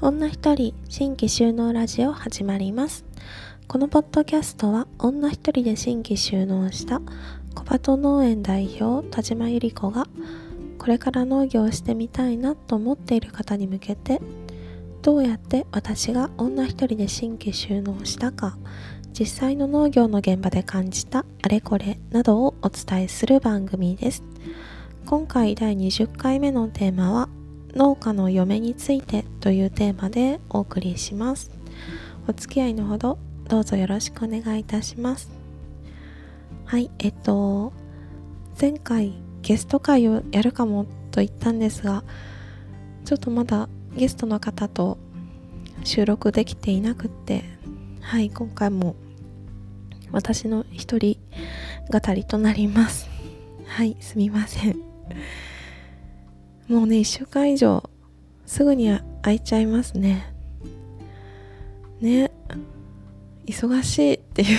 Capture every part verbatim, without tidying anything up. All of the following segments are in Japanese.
女一人新規収納ラジオ始まります。このポッドキャストは女一人で新規収納した小鳩農園代表田島由里子がこれから農業をしてみたいなと思っている方に向けて、どうやって私が女一人で新規収納したか、実際の農業の現場で感じたあれこれなどをお伝えする番組です。今回だいにじゅっかいめのテーマは農家の嫁についてというテーマでお送りします。お付き合いのほどどうぞよろしくお願いいたします。はい、えっと前回ゲスト会をやるかもと言ったんですが、ちょっとまだゲストの方と収録できていなくって、はい、今回も私の一人語りとなります。はい、すみません。もうね、いっしゅうかん以上すぐに空いちゃいますね。ね、忙しいっていう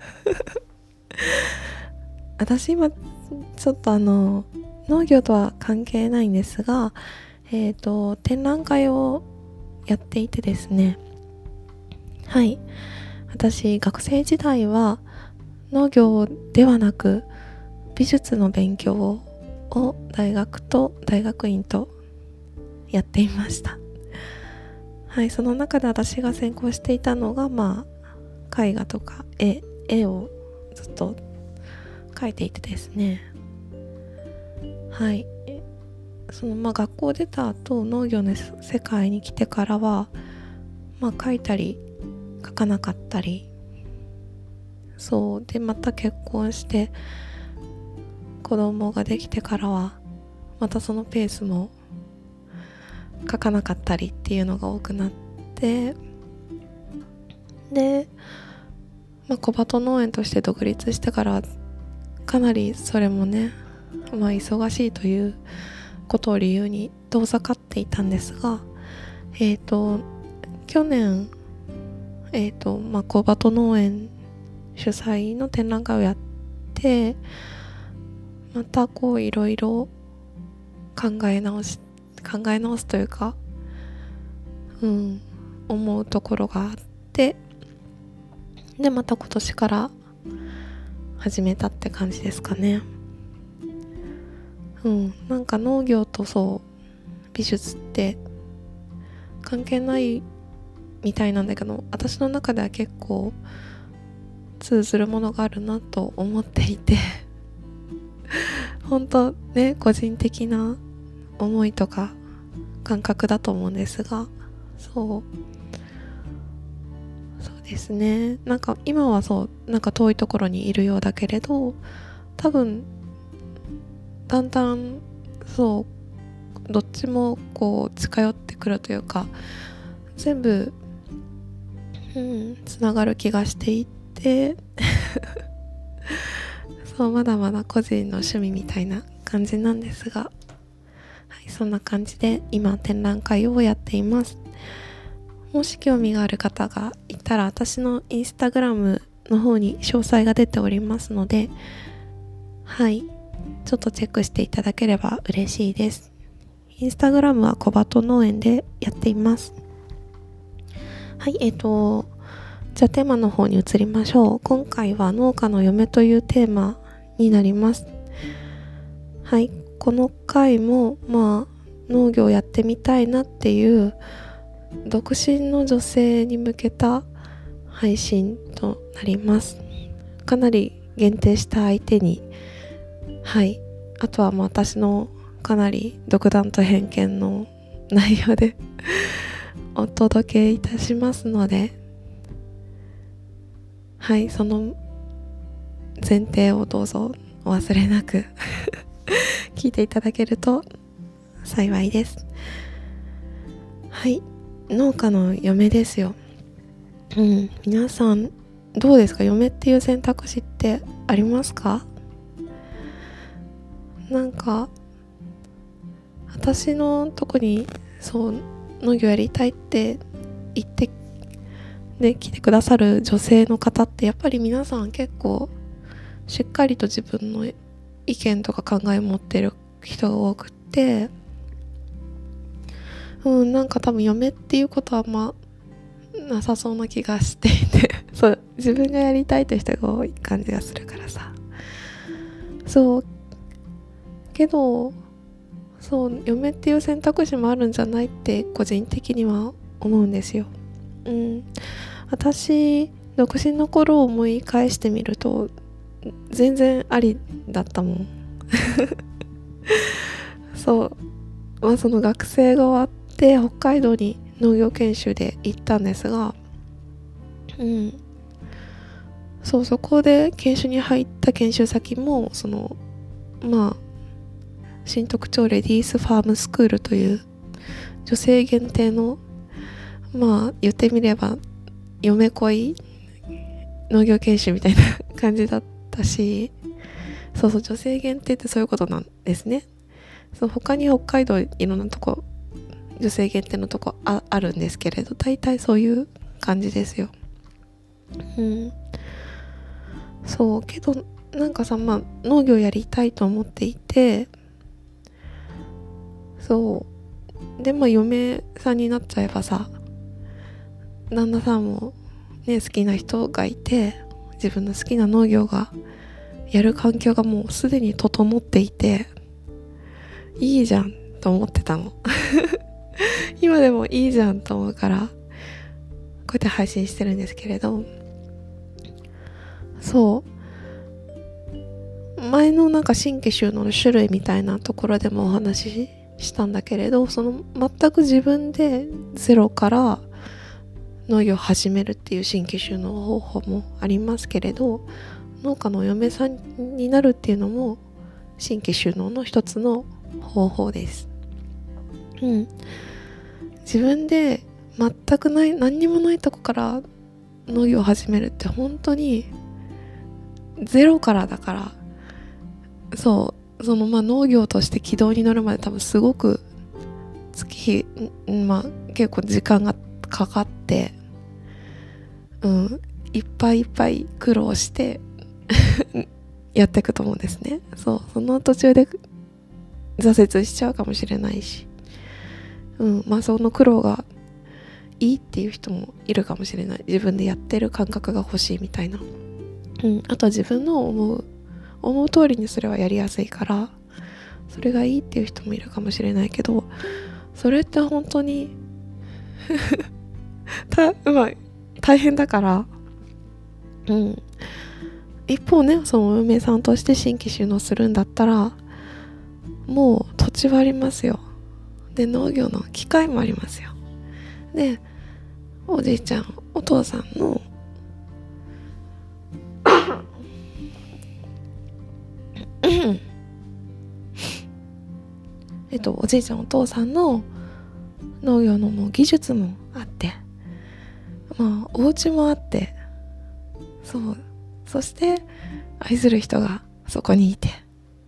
私今ちょっとあの農業とは関係ないんですが、えっと展覧会をやっていてですね、はい、私学生時代は農業ではなく美術の勉強をを大学と大学院とやっていました。はい、その中で私が専攻していたのが、まあ絵画とか絵絵をずっと描いていてですね、はい、そのまあ学校出た後農業の世界に来てからは、まあ描いたり描かなかったり、そうでまた結婚して子供ができてからはまたそのペースも書かなかったりっていうのが多くなって、で、まあ、小鳩農園として独立してからはかなりそれもね、まあ、忙しいということを理由に遠ざかっていたんですが、えっと去年えっとまあ小鳩農園主催の展覧会をやって、またこういろいろ考え直し考え直すというか、うん思うところがあって、でまた今年から始めたって感じですかね。うんなんか農業とそう美術って関係ないみたいなんだけど、私の中では結構通ずるものがあるなと思っていて本当ね、個人的な思いとか感覚だと思うんですが、そうそうですね、なんか今はそうなんか遠いところにいるようだけれど、多分だんだんそうどっちもこう近寄ってくるというか、全部うんつながる気がしていてそうまだまだ個人の趣味みたいな感じなんですが、はい、そんな感じで今展覧会をやっています。もし興味がある方がいたら、私のインスタグラムの方に詳細が出ておりますので、はいちょっとチェックしていただければ嬉しいです。インスタグラムは小鳩農園でやっています。はい、えっとじゃあテーマの方に移りましょう。今回は農家の嫁というテーマになります。はい、この回もまあ農業をやってみたいなっていう独身の女性に向けた配信となります。かなり限定した相手に、はい、あとはまあ私のかなり独断と偏見の内容でお届けいたしますので、はい、その前提をどうぞお忘れなく聞いていただけると幸いです。はい、農家の嫁ですよ。うん、皆さんどうですか？嫁っていう選択肢ってありますか？なんか私のとこにそう農業やりたいって言ってで来てくださる女性の方ってやっぱり皆さん結構しっかりと自分の意見とか考えを持ってる人が多くって、 うんなんか多分嫁っていうことはあんまなさそうな気がしていてそう自分がやりたいという人が多い感じがするからさ。そうけどそう嫁っていう選択肢もあるんじゃないって個人的には思うんですよ。うん私独身の頃を思い返してみると全然ありだったもんそうまあその学生が終わって北海道に農業研修で行ったんですが、うんそうそこで研修に入った研修先もそのまあ新特徴レディースファームスクールという女性限定のまあ言ってみれば嫁恋農業研修みたいな感じだったし、そうそう女性限定ってそういうことなんですね。そう他に北海道いろんなとこ女性限定のとこ あ, あるんですけれど大体そういう感じですよ。うんそうけどなんかさまあ農業やりたいと思っていてそうでまあ嫁さんになっちゃえばさ旦那さんもね好きな人がいて自分の好きな農業がやる環境がもうすでに整っていていいじゃんと思ってたの今でもいいじゃんと思うからこうやって配信してるんですけれど、そう前のなんか新規収納の種類みたいなところでもお話ししたんだけれど、その全く自分でゼロから農業を始めるっていう新規収納方法もありますけれど、農家のお嫁さんになるっていうのも新規収納の一つの方法です。うん、自分で全くない何にもないとこから農業を始めるって本当にゼロからだから、そうそのまあ農業として軌道に乗るまで多分すごく月日まあ結構時間がかかってうんいっぱいいっぱい苦労してやっていくと思うんですね。そうその途中で挫折しちゃうかもしれないし、うんまあその苦労がいいっていう人もいるかもしれない。自分でやってる感覚が欲しいみたいな、うん、あとは自分の思う思う通りにそれはやりやすいからそれがいいっていう人もいるかもしれないけど、それって本当にた、まあ、大変だから、うん、一方ねそのお嫁さんとして新規収納するんだったらもう土地はありますよ。で農業の機械もありますよ。でおじいちゃんお父さんのえっとおじいちゃんお父さんの農業のもう技術もあって、まあお家もあって、そうそして愛する人がそこにいて、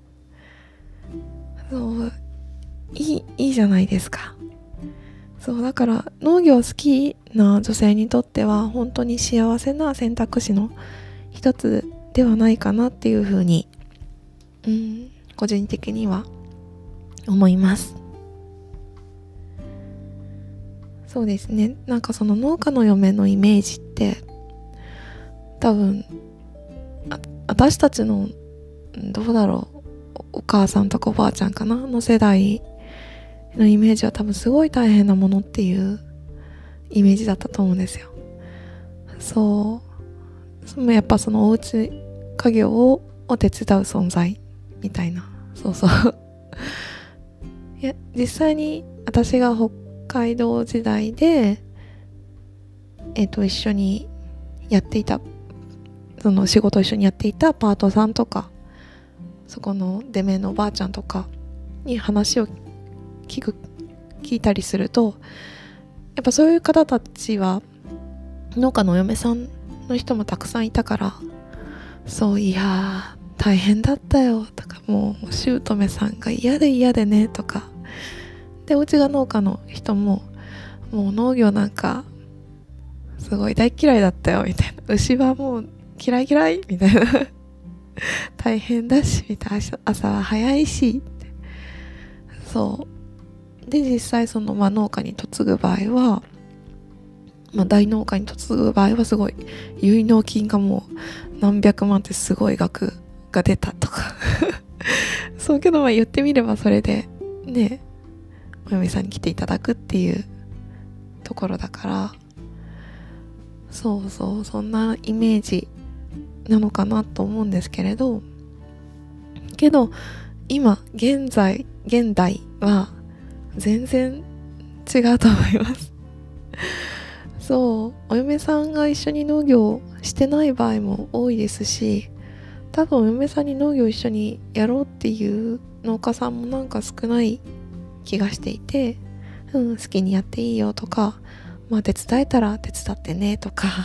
そういいいいじゃないですか。そうだから農業好きな女性にとっては本当に幸せな選択肢の一つではないかなっていうふうに、うん、個人的には思います。そうですね、なんかその農家の嫁のイメージって多分あ私たちのどうだろうお母さんとかおばあちゃんかなの世代のイメージは多分すごい大変なものっていうイメージだったと思うんですよ。そうやっぱそのおうち家業をお手伝う存在みたいな、そうそういや実際に私が北海道時代でえっと一緒にやっていたその仕事を一緒にやっていたパートさんとかそこの出目のおばあちゃんとかに話を聞く聞いたりすると、やっぱそういう方たちは農家のお嫁さんの人もたくさんいたから、そういやー大変だったよとか、もう姑さんが嫌で嫌でねとかで、お家が農家の人ももう農業なんかすごい大嫌いだったよみたいな、牛はもう嫌い嫌いみたいな大変だしみたいな、朝は早いしって、そうで実際その、まあ、農家に嫁ぐ場合は、まあ、大農家に嫁ぐ場合はすごい結納金がもう何百万ってすごい額が出たとかそうけど、まあ言ってみればそれでねお嫁さんに来ていただくっていうところだから、そうそうそんなイメージなのかなと思うんですけれど、けど今現在現代は全然違うと思いますそうお嫁さんが一緒に農業してない場合も多いですし、多分お嫁さんに農業一緒にやろうっていう農家さんもなんか少ない気がしていて、うん好きにやっていいよとか、まあ手伝えたら手伝ってねとか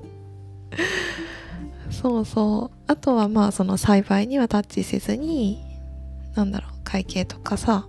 そうそう、あとはまあその栽培にはタッチせずに、なんだろう会計とかさ、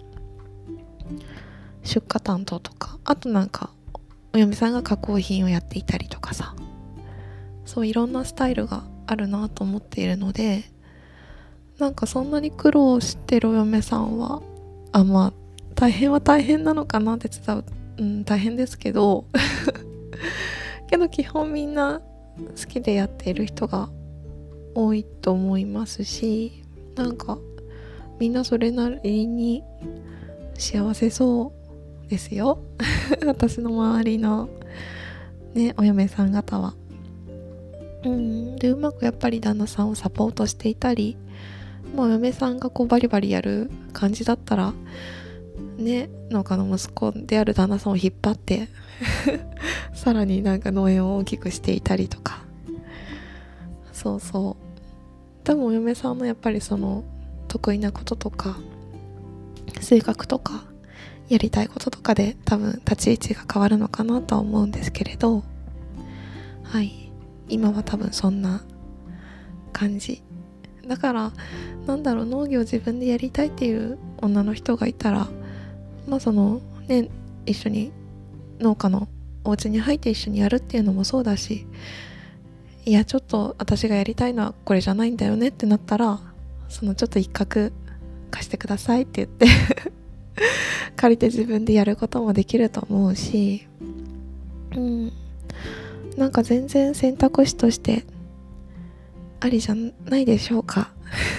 出荷担当とか、あとなんかお嫁さんが加工品をやっていたりとかさ、そういろんなスタイルがあるなと思っているので、なんかそんなに苦労してるお嫁さんはあまあ大変は大変なのかな、手伝う、うん、大変ですけどけど基本みんな好きでやっている人が多いと思いますし、なんかみんなそれなりに幸せそうですよ私の周りのねお嫁さん方は。うんでうまくやっぱり旦那さんをサポートしていたり、もうお嫁さんがこうバリバリやる感じだったらね、農家の息子である旦那さんを引っ張ってさらになんか農園を大きくしていたりとか、そうそう、多分お嫁さんのやっぱりその得意なこととか性格とかやりたいこととかで多分立ち位置が変わるのかなとは思うんですけれど、はい、今は多分そんな感じだから、なんだろう、農業自分でやりたいっていう女の人がいたら、まあそのね一緒に農家のお家に入って一緒にやるっていうのもそうだし、いやちょっと私がやりたいのはこれじゃないんだよねってなったら、そのちょっと一角貸してくださいって言って借りて自分でやることもできると思うし、うんなんか全然選択肢としてありじゃないでしょうか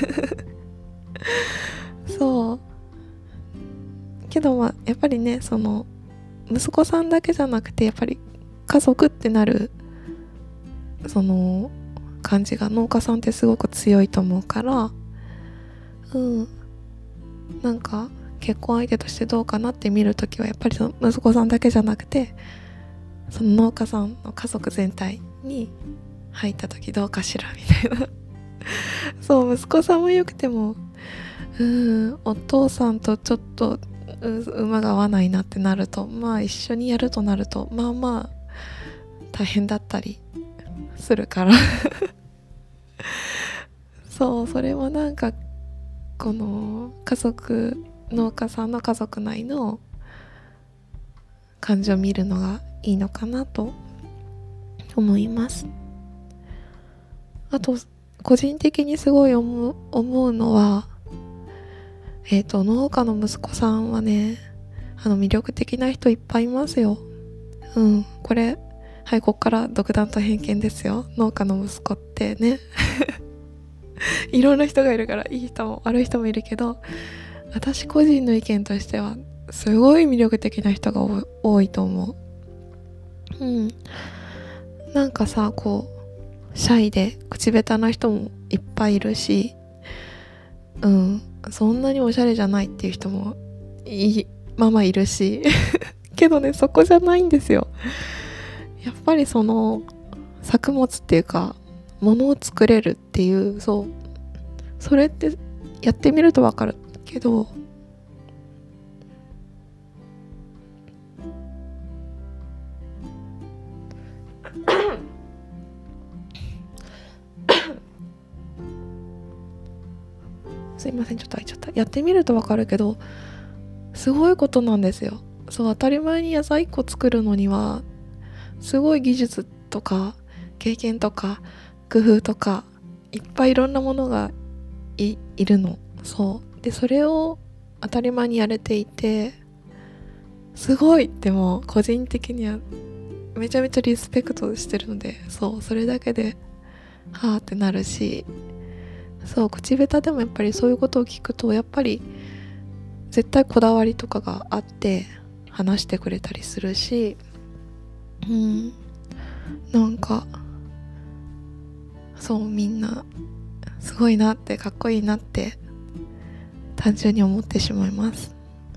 そうけどまあやっぱりね、その息子さんだけじゃなくてやっぱり家族ってなるその感じが農家さんってすごく強いと思うから、うんなんか結婚相手としてどうかなって見るときはやっぱりその息子さんだけじゃなくて、その農家さんの家族全体に入った時どうかしらみたいなそう息子さんもよくてもうんお父さんとちょっと馬が合わないなってなると、まあ一緒にやるとなるとまあまあ大変だったりするからそうそれもなんかこの家族農家さんの家族内の感情を見るのがいいのかなと思います。あと個人的にすごい思う、思うのはえっと農家の息子さんはね、あの魅力的な人いっぱいいますよ。うんこれはいこっから独断と偏見ですよ。農家の息子ってねいろんな人がいるから、いい人も悪い人もいるけど、私個人の意見としてはすごい魅力的な人が多いと思う。うんなんかさこうシャイで口下手な人もいっぱいいるし、うんそんなにおしゃれじゃないっていう人もいいままいるしけどねそこじゃないんですよ。やっぱりその作物っていうか物を作れるっていう、そうそれってやってみるとわかるけどすいませんちょっと開いちゃった。やってみるとわかるけどすごいことなんですよ。そう当たり前に野菜いっこ作るのにはすごい技術とか経験とか工夫とかいっぱいいろんなものが い, いるの。そうでそれを当たり前にやれていて、 すごいってもう個人的にはめちゃめちゃリスペクトしてるので、そうそれだけではーってなるし、そう口下手でもやっぱりそういうことを聞くとやっぱり絶対こだわりとかがあって話してくれたりするし、うんなんかそうみんなすごいなって、かっこいいなって単純に思ってしまいます。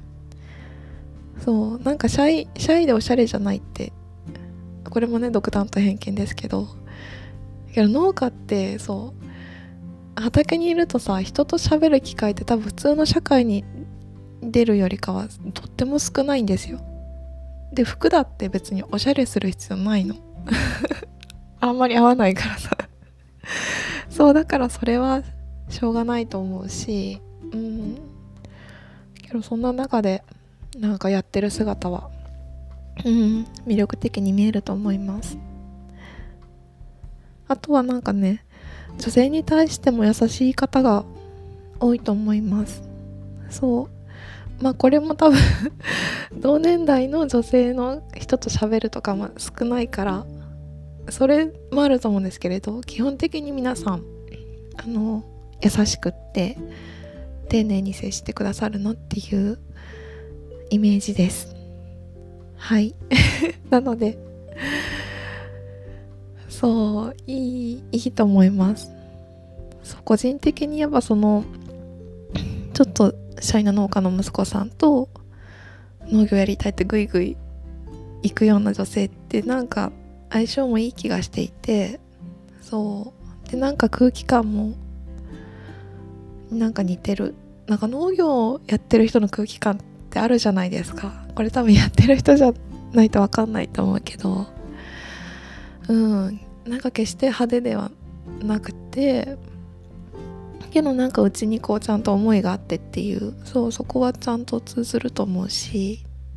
そうなんかシャイシャイでおしゃれじゃないって、これもね独断と偏見ですけど、けど農家ってそう畑にいるとさ、人と喋る機会って多分普通の社会に出るよりかはとっても少ないんですよ。で服だって別におしゃれする必要ないのあんまり合わないからさそうだからそれはしょうがないと思うし、うんけどそんな中でなんかやってる姿はうん魅力的に見えると思います。あとはなんかね、女性に対しても優しい方が多いと思います。そうまあこれも多分同年代の女性の人と喋るとかも少ないからそれもあると思うんですけれど、基本的に皆さんあの優しくって丁寧に接してくださるのっていうイメージです。はいなのでそういいいいと思います。そう個人的にやっぱそのちょっとシャイな農家の息子さんと農業やりたいってグイグイ行くような女性ってなんか相性もいい気がしていて、そうでなんか空気感もなんか似てる。なんか農業をやってる人の空気感ってあるじゃないですか。これ多分やってる人じゃないと分かんないと思うけど、うんなんか決して派手ではなくてけどなんかうちにこうちゃんと思いがあってっていう、そうそこはちゃんと通ずると思うし、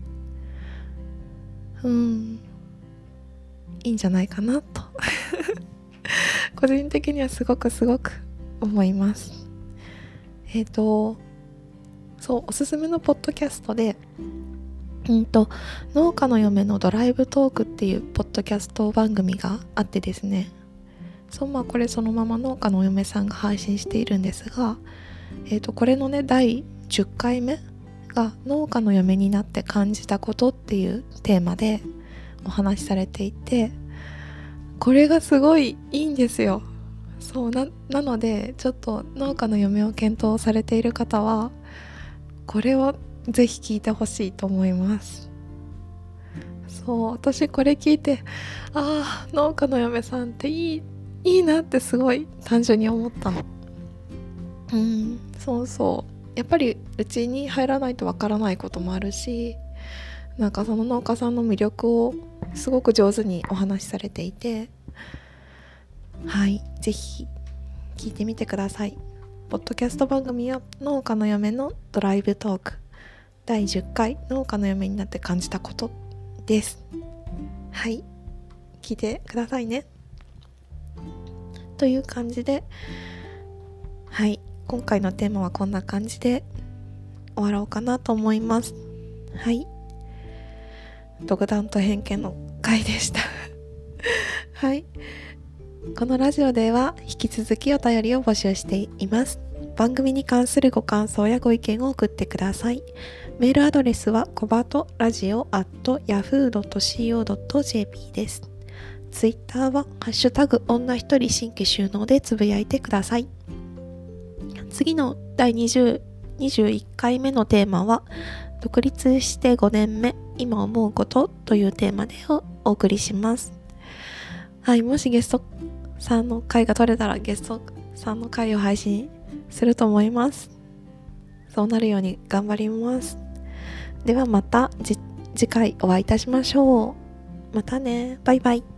うんいいんじゃないかなと個人的にはすごくすごく思います。えっとそうおすすめのポッドキャストでうんと農家の嫁のドライブトークっていうポッドキャスト番組があってですね、そうまあこれそのまま農家のお嫁さんが配信しているんですが、えーとこれのねだいじゅっかいめが農家の嫁になって感じたことっていうテーマでお話しされていて、これがすごいいいんですよ。そう な, なのでちょっと農家の嫁を検討されている方はこれをぜひ聞いてほしいと思います。そう私これ聞いてああ農家の嫁さんっていいいいなってすごい単純に思ったの。うんそうそうやっぱりうちに入らないとわからないこともあるし、なんかその農家さんの魅力をすごく上手にお話しされていて、はいぜひ聞いてみてください。ポッドキャスト番組は農家の嫁のドライブトークだいじゅっかい農家の嫁になって感じたことです。はい聞いてくださいね。という感じで、はい今回のテーマはこんな感じで終わろうかなと思います。はい独断と偏見の回でしたはいこのラジオでは引き続きお便りを募集しています。番組に関するご感想やご意見を送ってください。メールアドレスはコバトラジオアットヤフードットシーオードットジェーピー です。ツイッターはハッシュタグ女一人新規収納でつぶやいてください。次のだいにじゅう、にじゅういっかいめのテーマは独立してごねんめ今思うことというテーマでお送りします。はい、もしゲストさんの回が取れたらゲストさんの回を配信すると思います。そうなるように頑張ります。ではまた次回お会いいたしましょう。またね、バイバイ。